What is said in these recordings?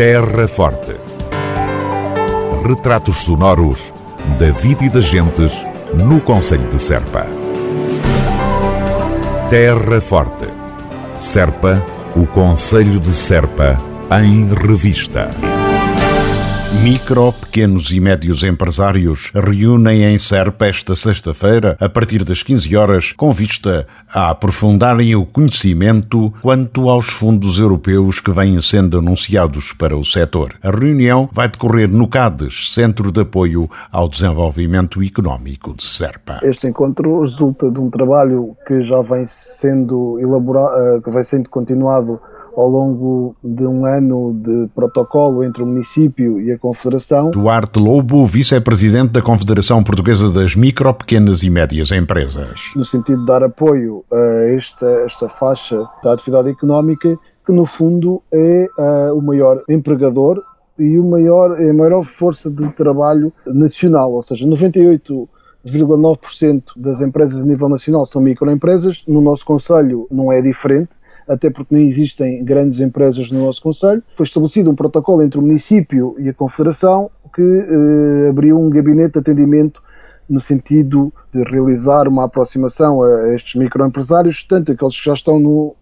Terra Forte. Retratos sonoros da vida e das gentes no concelho de Serpa. Terra Forte. Serpa, o concelho de Serpa, em revista. Micro, pequenos e médios empresários reúnem em Serpa esta sexta-feira, a partir das 15 horas, com vista a aprofundarem o conhecimento quanto aos fundos europeus que vêm sendo anunciados para o setor. A reunião vai decorrer no CADES, Centro de Apoio ao Desenvolvimento Económico de Serpa. Este encontro resulta de um trabalho que já vem sendo elaborado, que vem sendo continuado ao longo de um ano de protocolo entre o município e a Confederação. Duarte Lobo, vice-presidente da Confederação Portuguesa das Micro, Pequenas e Médias Empresas. No sentido de dar apoio a esta faixa da atividade económica, que no fundo é o maior empregador e a maior força de trabalho nacional, ou seja, 98,9% das empresas a nível nacional são microempresas. No nosso concelho não é diferente, até porque não existem grandes empresas no nosso concelho. Foi estabelecido um protocolo entre o município e a Confederação que abriu um gabinete de atendimento no sentido de realizar uma aproximação a estes microempresários, tanto aqueles que já estão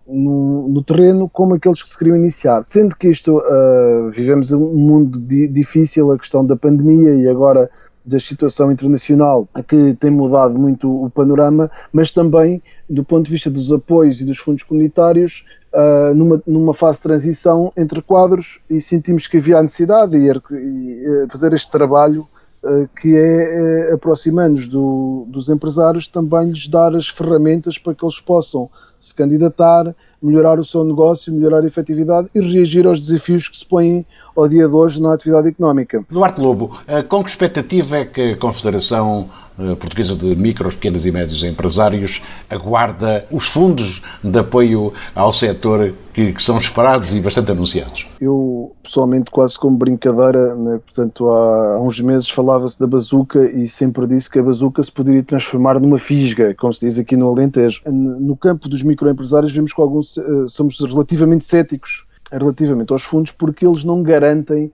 no terreno como aqueles que se queriam iniciar. Sendo que vivemos um mundo difícil, a questão da pandemia e agora da situação internacional que tem mudado muito o panorama, mas também do ponto de vista dos apoios e dos fundos comunitários, numa fase de transição entre quadros, e sentimos que havia a necessidade de fazer este trabalho que é aproximando-nos dos empresários, também lhes dar as ferramentas para que eles possam se candidatar, melhorar o seu negócio, melhorar a efetividade e reagir aos desafios que se põem ao dia de hoje na atividade económica. Duarte Lobo, com que expectativa é que a Confederação Portuguesa de Micros, Pequenos e Médios Empresários aguarda os fundos de apoio ao setor que são esperados e bastante anunciados? Eu, pessoalmente, quase como brincadeira, né, portanto, há uns meses falava-se da bazuca e sempre disse que a bazuca se poderia transformar numa fisga, como se diz aqui no Alentejo. No campo dos microempresários vemos que somos relativamente céticos relativamente aos fundos, porque eles não garantem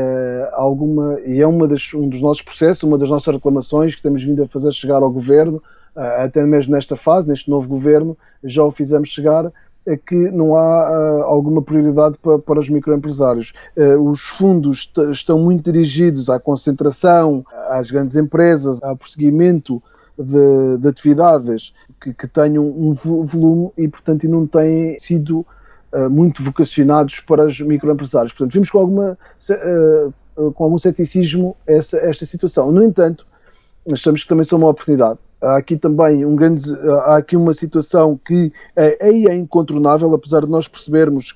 alguma, e é um dos nossos processos, uma das nossas reclamações que temos vindo a fazer chegar ao Governo, até mesmo nesta fase, neste novo Governo, já o fizemos chegar, é que não há alguma prioridade para os microempresários. Os fundos estão muito dirigidos à concentração, às grandes empresas, ao prosseguimento de atividades que tenham um volume e, portanto, não têm sido muito vocacionados para os microempresários. Portanto, vimos com algum ceticismo esta situação. No entanto, nós achamos que também são uma oportunidade. Há aqui também uma situação que é incontornável, apesar de nós percebermos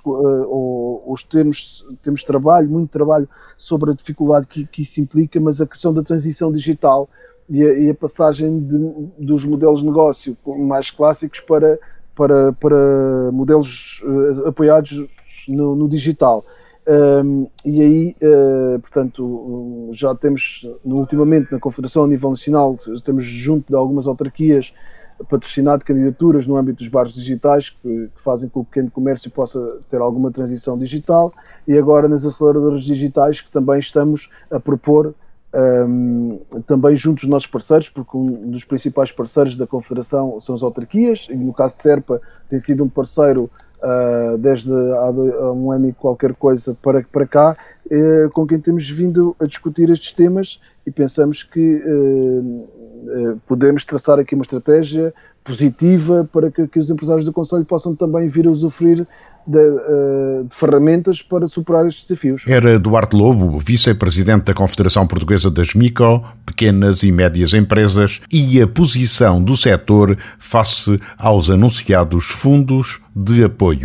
temos muito trabalho sobre a dificuldade que isso implica, mas a questão da transição digital e a passagem dos modelos de negócio mais clássicos para modelos apoiados no digital. E aí, portanto, já temos, ultimamente, na Confederação, a nível nacional, temos junto de algumas autarquias patrocinado candidaturas no âmbito dos bares digitais que fazem com que o pequeno comércio possa ter alguma transição digital, e agora nas aceleradoras digitais, que também estamos a propor também junto dos nossos parceiros, porque um dos principais parceiros da Confederação são as autarquias, e no caso de Serpa tem sido um parceiro desde há um ano e qualquer coisa para cá, com quem temos vindo a discutir estes temas, e pensamos que podemos traçar aqui uma estratégia positiva para que os empresários do concelho possam também vir a usufruir de ferramentas para superar estes desafios. Era Duarte Lobo, vice-presidente da Confederação Portuguesa das Micro, Pequenas e Médias Empresas, e a posição do setor face aos anunciados fundos de apoio.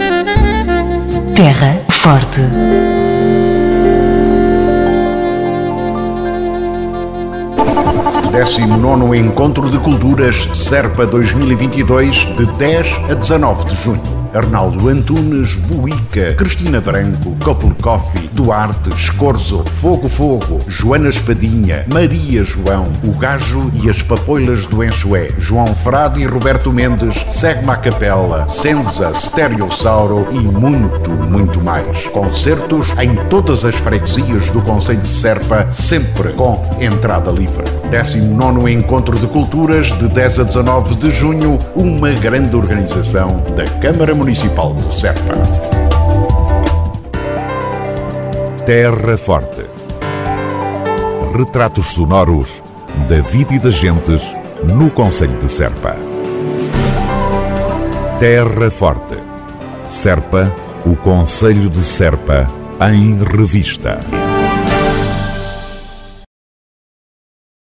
Terra Forte. Décimo-nono Encontro de Culturas Serpa 2022, de 10 a 19 de junho. Arnaldo Antunes, Buica, Cristina Branco, Couple Coffee, Duarte, Escorzo, Fogo Fogo, Joana Espadinha, Maria João, O Gajo e as Papoilas do Enxoé, João Frade e Roberto Mendes, Segma Capela, Senza, Stereossauro e muito mais. Concertos em todas as freguesias do concelho de Serpa, sempre com entrada livre. 19º Encontro de Culturas, de 10 a 19 de junho, uma grande organização da Câmara Municipal de Serpa. Terra Forte. Retratos sonoros da vida e das gentes no concelho de Serpa. Terra Forte. Serpa, o concelho de Serpa em revista.